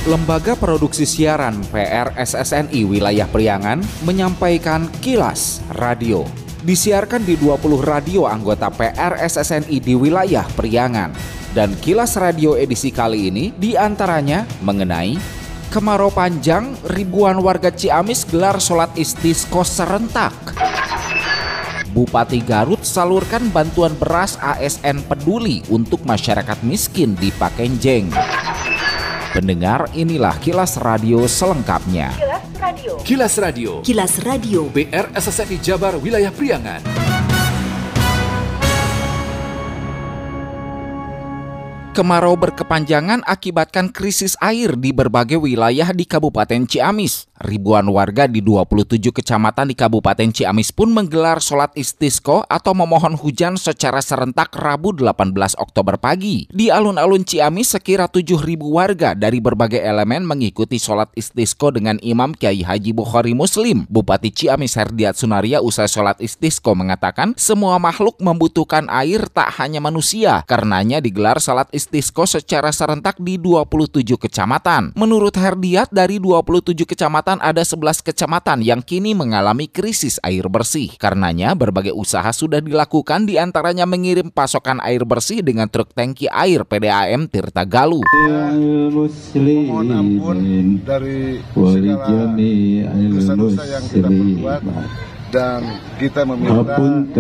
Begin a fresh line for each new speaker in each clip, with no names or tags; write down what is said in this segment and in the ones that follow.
Lembaga Produksi Siaran PRSSNI Wilayah Priangan menyampaikan Kilas Radio. Disiarkan di 20 radio anggota PRSSNI di wilayah Priangan. Dan Kilas Radio edisi kali ini diantaranya mengenai kemarau panjang, ribuan warga Ciamis gelar sholat istisqo serentak. Bupati Garut salurkan bantuan beras ASN Peduli untuk masyarakat miskin di Pakenjeng. Pendengar, inilah Kilas Radio selengkapnya.
Kilas Radio.
Kilas Radio.
Kilas Radio.
PRSSNI Jabar Wilayah Priangan.
Kemarau berkepanjangan akibatkan krisis air di berbagai wilayah di Kabupaten Ciamis. Ribuan warga di 27 kecamatan di Kabupaten Ciamis pun menggelar sholat istisqo atau memohon hujan secara serentak Rabu 18 Oktober pagi. Di alun-alun Ciamis, sekira 7.000 warga dari berbagai elemen mengikuti sholat istisqo dengan Imam Kiai Haji Bukhari Muslim. Bupati Ciamis Herdiat Sunaria usai sholat istisqo mengatakan semua makhluk membutuhkan air, tak hanya manusia. Karenanya digelar sholat istisqo secara serentak di 27 kecamatan. Menurut Herdiat, dari 27 kecamatan ada 11 kecamatan yang kini mengalami krisis air bersih. Karenanya berbagai usaha sudah dilakukan, diantaranya mengirim pasokan air bersih dengan truk tangki air PDAM Tirta Galuh.
Mohon ampun dari segala dosa-dosa yang kita perbuat, dan kita meminta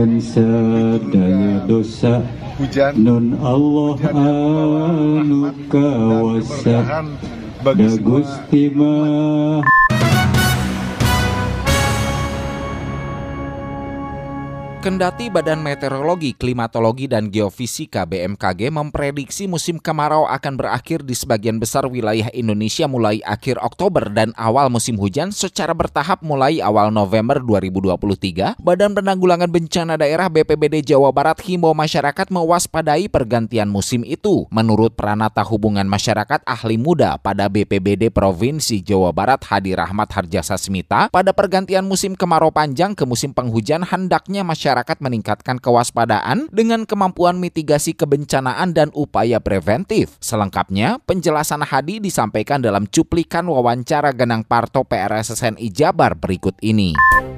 dosa hujan Allah anu kawasa bagi semua.
Kendati Badan Meteorologi, Klimatologi, dan Geofisika BMKG memprediksi musim kemarau akan berakhir di sebagian besar wilayah Indonesia mulai akhir Oktober dan awal musim hujan secara bertahap mulai awal November 2023, Badan Penanggulangan Bencana Daerah BPBD Jawa Barat himbau masyarakat mewaspadai pergantian musim itu. Menurut Pranata Hubungan Masyarakat Ahli Muda pada BPBD Provinsi Jawa Barat Hadi Rahmat Harjasasmita, pada pergantian musim kemarau panjang ke musim penghujan hendaknya masyarakat meningkatkan kewaspadaan dengan kemampuan mitigasi kebencanaan dan upaya preventif. Selengkapnya, penjelasan Hadi disampaikan dalam cuplikan wawancara Ganang Parto PRSSNI Jabar berikut ini.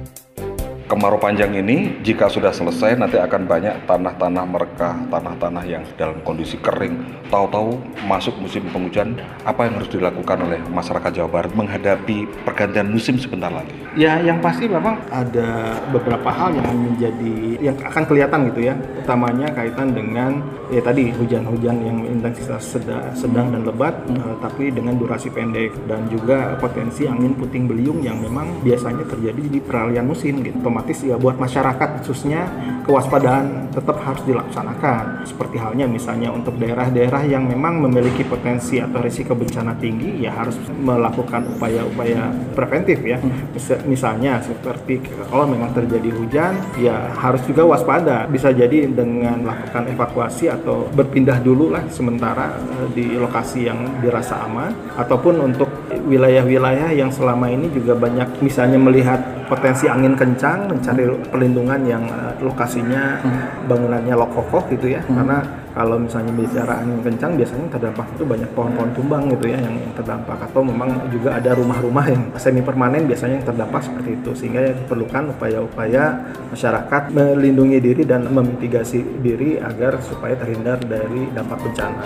Kemarau panjang ini jika sudah selesai nanti akan banyak tanah-tanah merekah, tanah-tanah yang dalam kondisi kering. Tahu-tahu masuk musim penghujan, apa yang harus dilakukan oleh masyarakat Jawa Barat menghadapi pergantian musim sebentar lagi?
Ya, yang pasti memang ada beberapa hal yang akan kelihatan gitu ya. Utamanya kaitan dengan tadi hujan-hujan yang intensitas sedang dan lebat, tapi dengan durasi pendek, dan juga potensi angin puting beliung yang memang biasanya terjadi di peralihan musim gitu. Otomatis ya buat masyarakat khususnya kewaspadaan tetap harus dilaksanakan. Seperti halnya misalnya untuk daerah-daerah yang memang memiliki potensi atau risiko bencana tinggi, ya harus melakukan upaya-upaya preventif ya. Misalnya seperti kalau memang terjadi hujan, ya harus juga waspada. Bisa jadi dengan melakukan evakuasi atau berpindah dulu lah sementara di lokasi yang dirasa aman, ataupun untuk wilayah-wilayah yang selama ini juga banyak misalnya melihat potensi angin kencang, mencari perlindungan yang lokasinya bangunannya kokoh gitu ya. Karena kalau misalnya bicara angin kencang, biasanya terdampak itu banyak pohon-pohon tumbang gitu ya yang terdampak, atau memang juga ada rumah-rumah yang semi permanen biasanya yang terdampak seperti itu, sehingga diperlukan upaya-upaya masyarakat melindungi diri dan memitigasi diri agar supaya terhindar dari dampak bencana.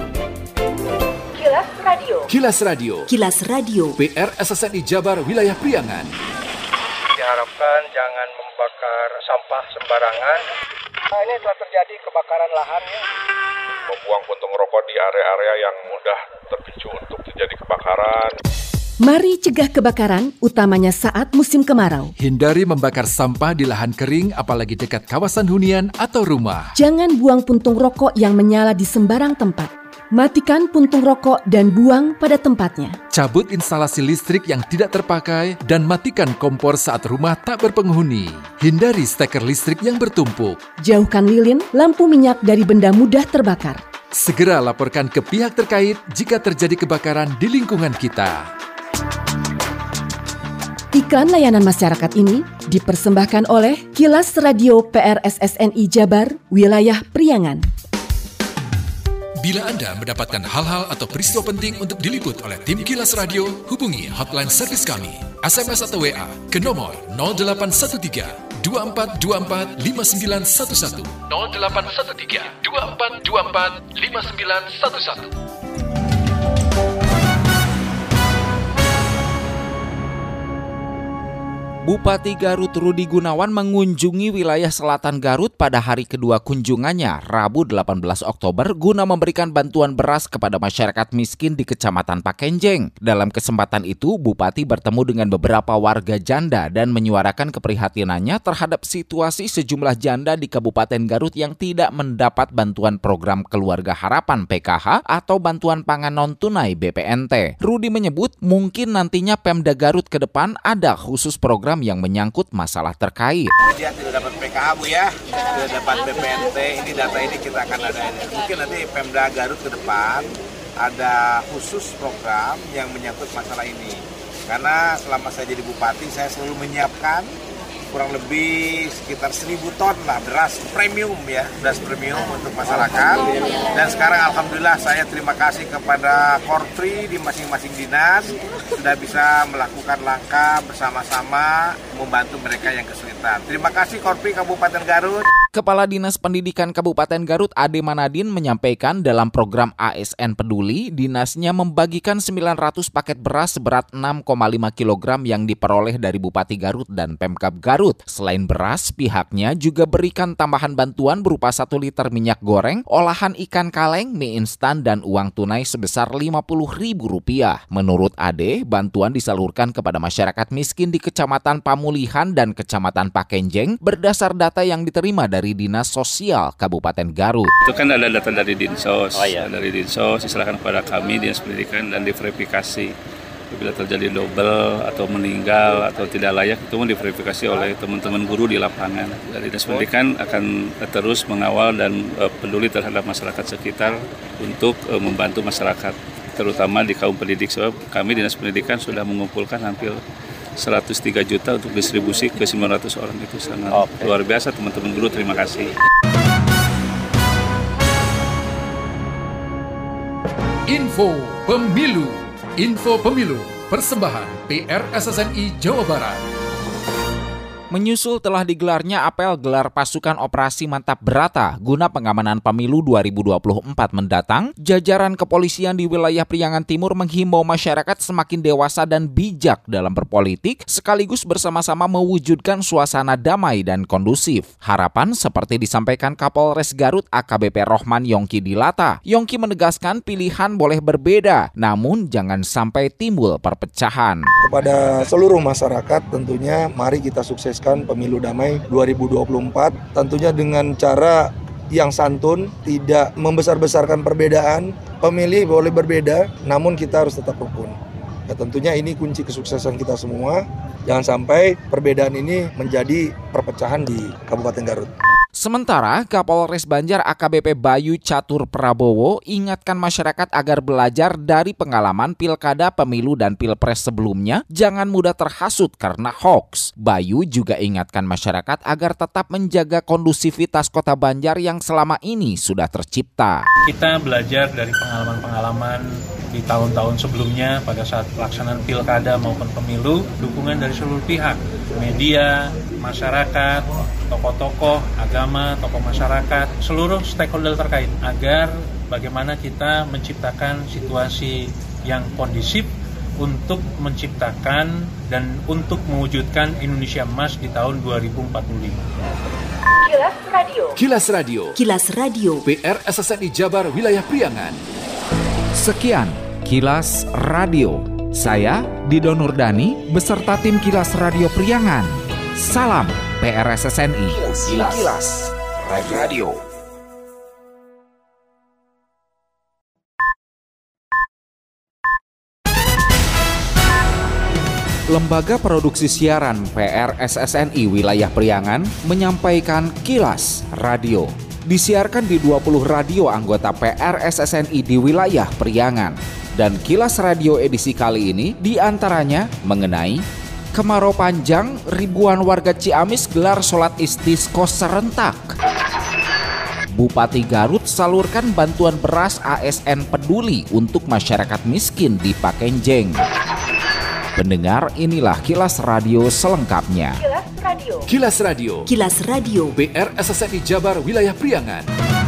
Kilas Radio.
Kilas Radio.
Kilas Radio.
PRSSNI Jabar Wilayah Priangan.
Diharapkan jangan membakar sampah sembarangan. Ini telah terjadi kebakaran lahan ya.
Membuang puntung rokok di area-area yang mudah terpicu untuk terjadi kebakaran.
Mari cegah kebakaran, utamanya saat musim kemarau.
Hindari membakar sampah di lahan kering, apalagi dekat kawasan hunian atau rumah.
Jangan buang puntung rokok yang menyala di sembarang tempat. Matikan puntung rokok dan buang pada tempatnya.
Cabut instalasi listrik yang tidak terpakai dan matikan kompor saat rumah tak berpenghuni. Hindari steker listrik yang bertumpuk.
Jauhkan lilin, lampu minyak dari benda mudah terbakar.
Segera laporkan ke pihak terkait jika terjadi kebakaran di lingkungan kita.
Iklan layanan masyarakat ini dipersembahkan oleh Kilas Radio PRSSNI Jabar, Wilayah Priangan.
Bila Anda mendapatkan hal-hal atau peristiwa penting untuk diliput oleh tim Kilas Radio, hubungi hotline servis kami. SMS atau WA ke nomor 0813 2424 5911 0813 2424 5911.
Bupati Garut Rudi Gunawan mengunjungi wilayah selatan Garut pada hari kedua kunjungannya, Rabu 18 Oktober, guna memberikan bantuan beras kepada masyarakat miskin di Kecamatan Pakenjeng. Dalam kesempatan itu, Bupati bertemu dengan beberapa warga janda dan menyuarakan keprihatinannya terhadap situasi sejumlah janda di Kabupaten Garut yang tidak mendapat bantuan program Keluarga Harapan PKH atau bantuan pangan non-tunai BPNT. Rudi menyebut mungkin nantinya Pemda Garut ke depan ada khusus program yang menyangkut masalah terkait.
Dia tidak dapat PKH, Bu ya, tidak dapat BPNT, ini data ini kita akan ada ini. Mungkin nanti Pemda Garut ke depan ada khusus program yang menyangkut masalah ini. Karena selama saya jadi bupati, saya selalu menyiapkan kurang lebih sekitar 1.000 ton lah beras premium ya, beras premium untuk masyarakat. Dan sekarang alhamdulillah saya terima kasih kepada Korpri di masing-masing dinas sudah bisa melakukan langkah bersama-sama membantu mereka yang kesulitan. Terima kasih Korpri Kabupaten Garut.
Kepala Dinas Pendidikan Kabupaten Garut Ade Manadin menyampaikan dalam program ASN Peduli, dinasnya membagikan 900 paket beras seberat 6,5 kg yang diperoleh dari Bupati Garut dan Pemkab Garut. Selain beras, pihaknya juga berikan tambahan bantuan berupa 1 liter minyak goreng, olahan ikan kaleng, mie instan, dan uang tunai sebesar Rp50.000. Menurut Ade, bantuan disalurkan kepada masyarakat miskin di Kecamatan Pamulihan dan Kecamatan Pakenjeng berdasar data yang diterima dari Dinas Sosial Kabupaten Garut.
Itu kan ada data dari Dinsos, dari Dinsos diserahkan kepada kami Dinas Pendidikan dan diverifikasi. Bila terjadi double atau meninggal atau tidak layak, itu diverifikasi oleh teman-teman guru di lapangan. Dari Dinas Pendidikan akan terus mengawal dan peduli terhadap masyarakat sekitar untuk membantu masyarakat, terutama di kaum pendidik. Sebab kami Dinas Pendidikan sudah mengumpulkan hampir 103 juta untuk distribusi ke 900 orang. Itu sangat luar biasa teman-teman guru, terima kasih.
Info Pemilu, persembahan PRSSNI Jawa Barat.
Menyusul telah digelarnya apel gelar pasukan operasi Mantap Berata guna pengamanan pemilu 2024 mendatang, jajaran kepolisian di wilayah Priangan Timur menghimbau masyarakat semakin dewasa dan bijak dalam berpolitik, sekaligus bersama-sama mewujudkan suasana damai dan kondusif. Harapan seperti disampaikan Kapolres Garut AKBP Rohman Yongki Dilata. Yongki menegaskan pilihan boleh berbeda, namun jangan sampai timbul perpecahan.
Kepada seluruh masyarakat tentunya mari kita sukses Pemilu Damai 2024, tentunya dengan cara yang santun, tidak membesar-besarkan perbedaan. Pemilih boleh berbeda, namun kita harus tetap rukun. Ya, tentunya ini kunci kesuksesan kita semua. Jangan sampai perbedaan ini menjadi perpecahan di Kabupaten Garut.
Sementara Kapolres Banjar AKBP Bayu Catur Prabowo ingatkan masyarakat agar belajar dari pengalaman pilkada, pemilu, dan pilpres sebelumnya, jangan mudah terhasut karena hoax. Bayu juga ingatkan masyarakat agar tetap menjaga kondusivitas kota Banjar yang selama ini sudah tercipta.
Kita belajar dari pengalaman-pengalaman di tahun-tahun sebelumnya pada saat pelaksanaan pilkada maupun pemilu, dukungan dari seluruh pihak, media, masyarakat, tokoh-tokoh agama, tokoh masyarakat, seluruh stakeholder terkait agar bagaimana kita menciptakan situasi yang kondisif untuk menciptakan dan untuk mewujudkan Indonesia Emas di tahun 2045.
Kilas Radio. PRSSNI Jabar Wilayah Priangan.
Sekian Kilas Radio. Saya Dido Nurdani beserta tim Kilas Radio Priangan. Salam PRSSNI. Kilas Radio. Lembaga Produksi Siaran PRSSNI Wilayah Priangan menyampaikan Kilas Radio. Disiarkan di 20 radio anggota PRSSNI di wilayah Priangan. Dan Kilas Radio edisi kali ini diantaranya mengenai kemarau panjang, ribuan warga Ciamis gelar sholat istisqo serentak. Bupati Garut salurkan bantuan beras ASN Peduli untuk masyarakat miskin di Pakenjeng. Pendengar, inilah Kilas Radio selengkapnya.
Kilas Radio.
Kilas Radio.
PR SSNI Jabar Wilayah Priangan.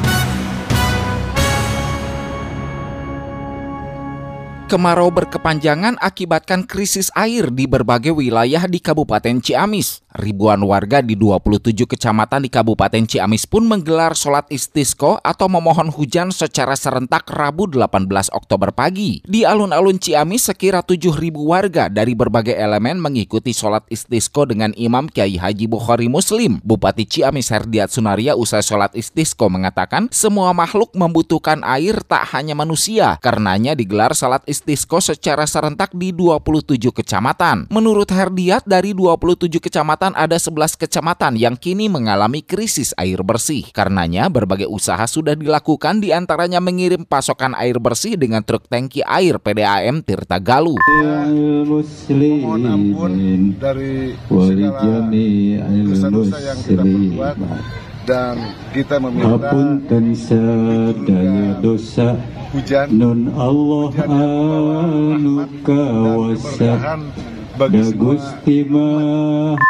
Kemarau berkepanjangan akibatkan krisis air di berbagai wilayah di Kabupaten Ciamis. Ribuan warga di 27 kecamatan di Kabupaten Ciamis pun menggelar sholat istisqa atau memohon hujan secara serentak Rabu 18 Oktober pagi. Di alun-alun Ciamis, sekira 7.000 warga dari berbagai elemen mengikuti sholat istisqa dengan Imam Kiai Haji Bukhari Muslim. Bupati Ciamis Herdiat Sunaria usai sholat istisqa mengatakan semua makhluk membutuhkan air, tak hanya manusia. Karenanya digelar sholat istisqa secara serentak di 27 kecamatan. Menurut Herdiat, dari 27 kecamatan ada 11 kecamatan yang kini mengalami krisis air bersih. Karenanya berbagai usaha sudah dilakukan, diantaranya mengirim pasokan air bersih dengan truk tangki air PDAM Tirta Galuh.
Mohon ampun dari segala dosa-dosa yang kita perbuat dan kita meminta apunten sadaya dosa
hujan
nun Allah anu kawasa da Gusti mah.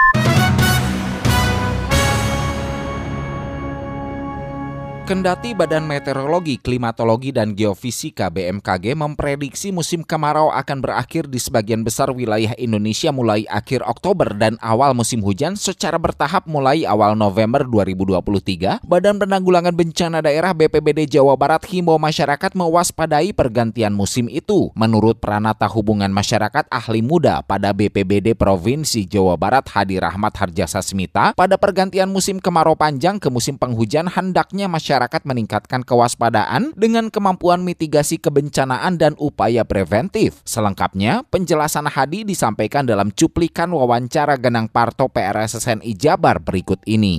Kendati Badan Meteorologi, Klimatologi, dan Geofisika BMKG memprediksi musim kemarau akan berakhir di sebagian besar wilayah Indonesia mulai akhir Oktober dan awal musim hujan secara bertahap mulai awal November 2023, Badan Penanggulangan Bencana Daerah BPBD Jawa Barat himbau masyarakat mewaspadai pergantian musim itu. Menurut Pranata Hubungan Masyarakat Ahli Muda pada BPBD Provinsi Jawa Barat Hadi Rahmat Harjasasmita, pada pergantian musim kemarau panjang ke musim penghujan hendaknya masyarakat meningkatkan kewaspadaan dengan kemampuan mitigasi kebencanaan dan upaya preventif. Selengkapnya, penjelasan Hadi disampaikan dalam cuplikan wawancara Ganang Parto PRSSNI Jabar berikut ini.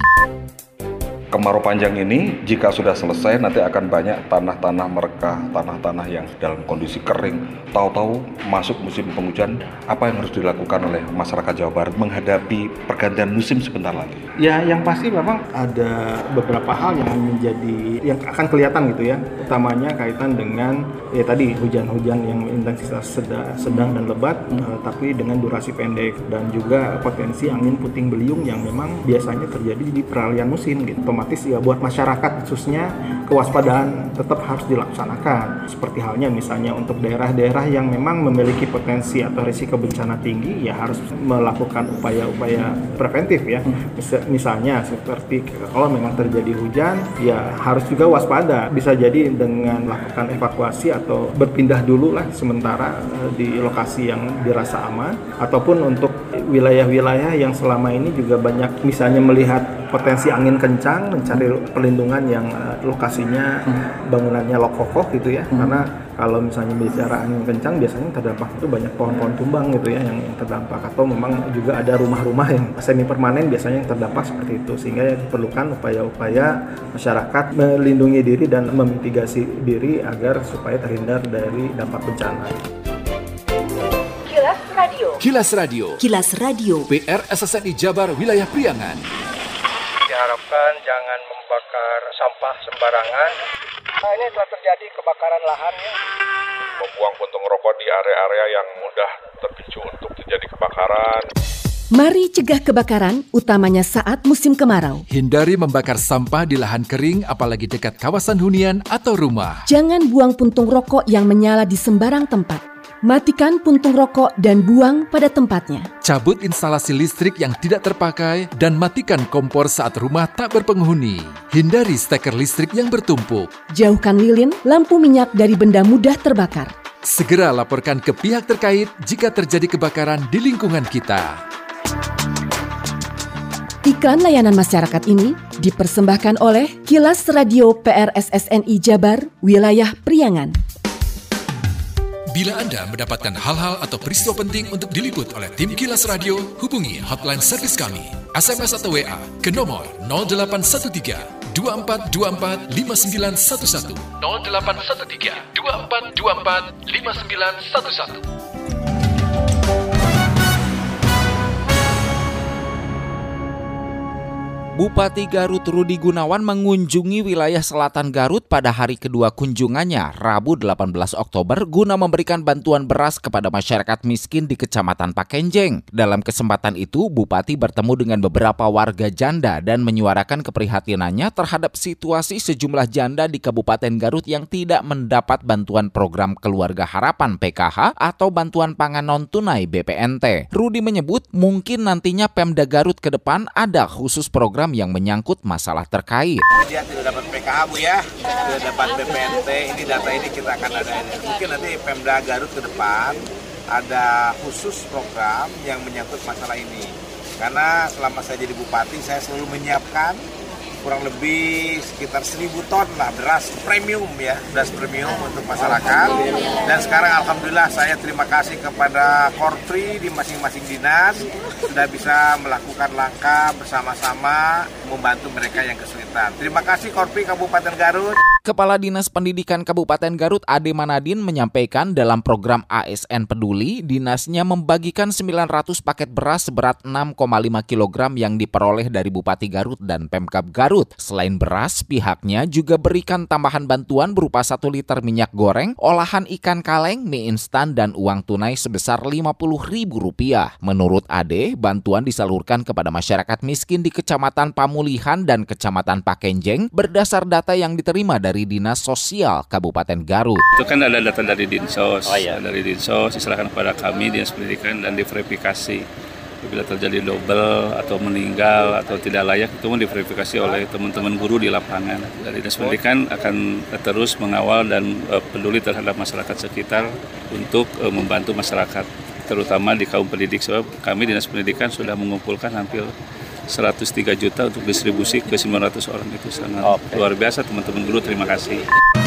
Kemarau panjang ini jika sudah selesai nanti akan banyak tanah-tanah merekah, tanah-tanah yang dalam kondisi kering. Tahu-tahu masuk musim penghujan, apa yang harus dilakukan oleh masyarakat Jawa Barat menghadapi pergantian musim sebentar lagi?
Ya, yang pasti memang ada beberapa hal yang akan kelihatan gitu ya. Utamanya kaitan dengan tadi hujan-hujan yang intensitas sedang dan lebat, tapi dengan durasi pendek, dan juga potensi angin puting beliung yang memang biasanya terjadi di peralihan musim gitu. Otomatis ya buat masyarakat khususnya kewaspadaan tetap harus dilaksanakan. Seperti halnya misalnya untuk daerah-daerah yang memang memiliki potensi atau risiko bencana tinggi, ya harus melakukan upaya-upaya preventif ya. Misalnya seperti kalau memang terjadi hujan, ya harus juga waspada. Bisa jadi dengan melakukan evakuasi atau berpindah dulu lah sementara di lokasi yang dirasa aman, ataupun untuk wilayah-wilayah yang selama ini juga banyak misalnya melihat potensi angin kencang, mencari perlindungan yang lokasinya bangunannya kokoh gitu ya. Karena kalau misalnya bicara angin kencang, biasanya terdampak itu banyak pohon-pohon tumbang gitu ya yang terdampak, atau memang juga ada rumah-rumah yang semi permanen biasanya yang terdampak seperti itu, sehingga diperlukan upaya-upaya masyarakat melindungi diri dan memitigasi diri agar supaya terhindar dari dampak bencana.
Kilas Radio.
Kilas Radio.
Kilas Radio.
PR SSNI Jabar Wilayah Priangan.
Diharapkan jangan membakar sampah sembarangan. Nah, ini telah terjadi kebakaran lahan ya.
Membuang puntung rokok di area-area yang mudah terpicu untuk terjadi kebakaran.
Mari cegah kebakaran, utamanya saat musim kemarau.
Hindari membakar sampah di lahan kering, apalagi dekat kawasan hunian atau rumah.
Jangan buang puntung rokok yang menyala di sembarang tempat. Matikan puntung rokok dan buang pada tempatnya.
Cabut instalasi listrik yang tidak terpakai dan matikan kompor saat rumah tak berpenghuni. Hindari steker listrik yang bertumpuk.
Jauhkan lilin, lampu minyak dari benda mudah terbakar.
Segera laporkan ke pihak terkait jika terjadi kebakaran di lingkungan kita.
Iklan layanan masyarakat ini dipersembahkan oleh Kilas Radio PRSSNI Jabar, Wilayah Priangan.
Bila Anda mendapatkan hal-hal atau peristiwa penting untuk diliput oleh tim Kilas Radio, hubungi hotline servis kami, SMS atau WA ke nomor 0813 2424 5911 0813 2424 5911.
Bupati Garut Rudi Gunawan mengunjungi wilayah selatan Garut pada hari kedua kunjungannya, Rabu 18 Oktober, guna memberikan bantuan beras kepada masyarakat miskin di Kecamatan Pakenjeng. Dalam kesempatan itu, Bupati bertemu dengan beberapa warga janda dan menyuarakan keprihatinannya terhadap situasi sejumlah janda di Kabupaten Garut yang tidak mendapat bantuan program Keluarga Harapan PKH atau bantuan pangan non-tunai BPNT. Rudi menyebut mungkin nantinya Pemda Garut ke depan ada khusus program yang menyangkut masalah terkait.
Dia tidak dapat PKH Bu ya, tidak dapat BPNT, ini data ini kita akan ada ini. Mungkin nanti Pemda Garut ke depan ada khusus program yang menyangkut masalah ini. Karena selama saya jadi bupati, saya selalu menyiapkan kurang lebih sekitar 1.000 ton lah beras premium ya, beras premium untuk masyarakat. Dan sekarang alhamdulillah saya terima kasih kepada Korpri di masing-masing dinas sudah bisa melakukan langkah bersama-sama membantu mereka yang kesulitan. Terima kasih Korpri Kabupaten Garut.
Kepala Dinas Pendidikan Kabupaten Garut Ade Manadin menyampaikan dalam program ASN Peduli, dinasnya membagikan 900 paket beras seberat 6,5 kg yang diperoleh dari Bupati Garut dan Pemkab Garut. Selain beras, pihaknya juga berikan tambahan bantuan berupa 1 liter minyak goreng, olahan ikan kaleng, mie instan, dan uang tunai sebesar Rp50.000. Menurut Ade, bantuan disalurkan kepada masyarakat miskin di Kecamatan Pamulihan dan Kecamatan Pakenjeng berdasar data yang diterima dari Dinas Sosial Kabupaten Garut.
Itu kan ada data dari Dinsos, dari Dinsos diserahkan kepada kami Dinas Pendidikan dan diverifikasi. Bila terjadi double atau meninggal atau tidak layak, itu diverifikasi oleh teman-teman guru di lapangan. Dari Dinas Pendidikan akan terus mengawal dan peduli terhadap masyarakat sekitar untuk membantu masyarakat, terutama di kaum pendidik. Sebab kami Dinas Pendidikan sudah mengumpulkan hampir 103 juta untuk distribusi ke 900 orang. Itu sangat luar biasa teman-teman guru, terima kasih.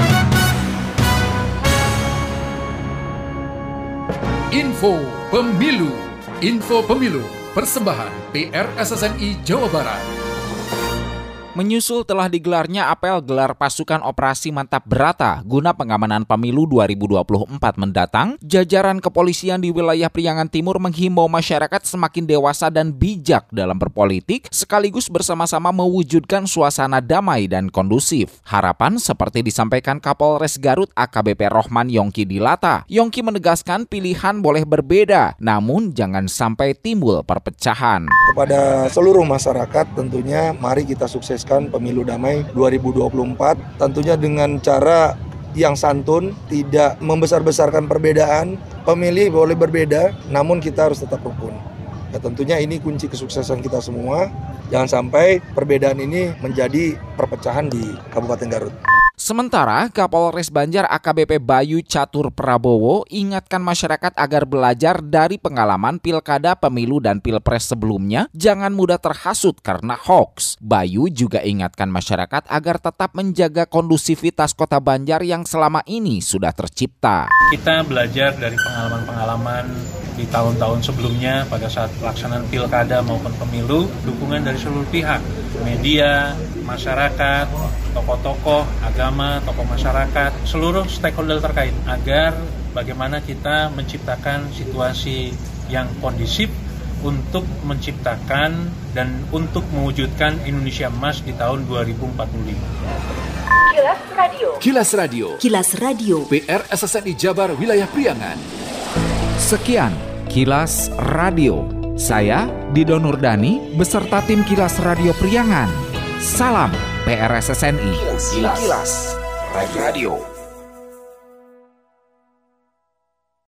Info Pemilu, persembahan PRSSNI Jawa Barat.
Menyusul telah digelarnya apel gelar pasukan operasi Mantap Berata guna pengamanan pemilu 2024 mendatang, jajaran kepolisian di wilayah Priangan Timur menghimbau masyarakat semakin dewasa dan bijak dalam berpolitik, sekaligus bersama-sama mewujudkan suasana damai dan kondusif. Harapan seperti disampaikan Kapolres Garut AKBP Rohman Yongki Dilata. Yongki menegaskan pilihan boleh berbeda, namun jangan sampai timbul perpecahan.
Kepada seluruh masyarakat tentunya mari kita sukses pemilu damai 2024, tentunya dengan cara yang santun, tidak membesar-besarkan perbedaan. Pemilih boleh berbeda, namun kita harus tetap rukun. Ya, tentunya ini kunci kesuksesan kita semua. Jangan sampai perbedaan ini menjadi perpecahan di Kabupaten Garut.
Sementara Kapolres Banjar AKBP Bayu Catur Prabowo ingatkan masyarakat agar belajar dari pengalaman pilkada, pemilu, dan pilpres sebelumnya, jangan mudah terhasut karena hoax. Bayu juga ingatkan masyarakat agar tetap menjaga kondusivitas kota Banjar yang selama ini sudah tercipta.
Kita belajar dari pengalaman-pengalaman di tahun-tahun sebelumnya pada saat pelaksanaan pilkada maupun pemilu, dukungan dari seluruh pihak, media, masyarakat, tokoh-tokoh agama, tokoh masyarakat, seluruh stakeholder terkait agar bagaimana kita menciptakan situasi yang kondusif untuk menciptakan dan untuk mewujudkan Indonesia Emas di tahun 2045.
Kilas Radio. PRSSNI Jabar Wilayah Priangan.
Sekian Kilas Radio. Saya Dido Nurdani beserta tim Kilas Radio Priangan. Salam PRSSNI.
Kilas Radio.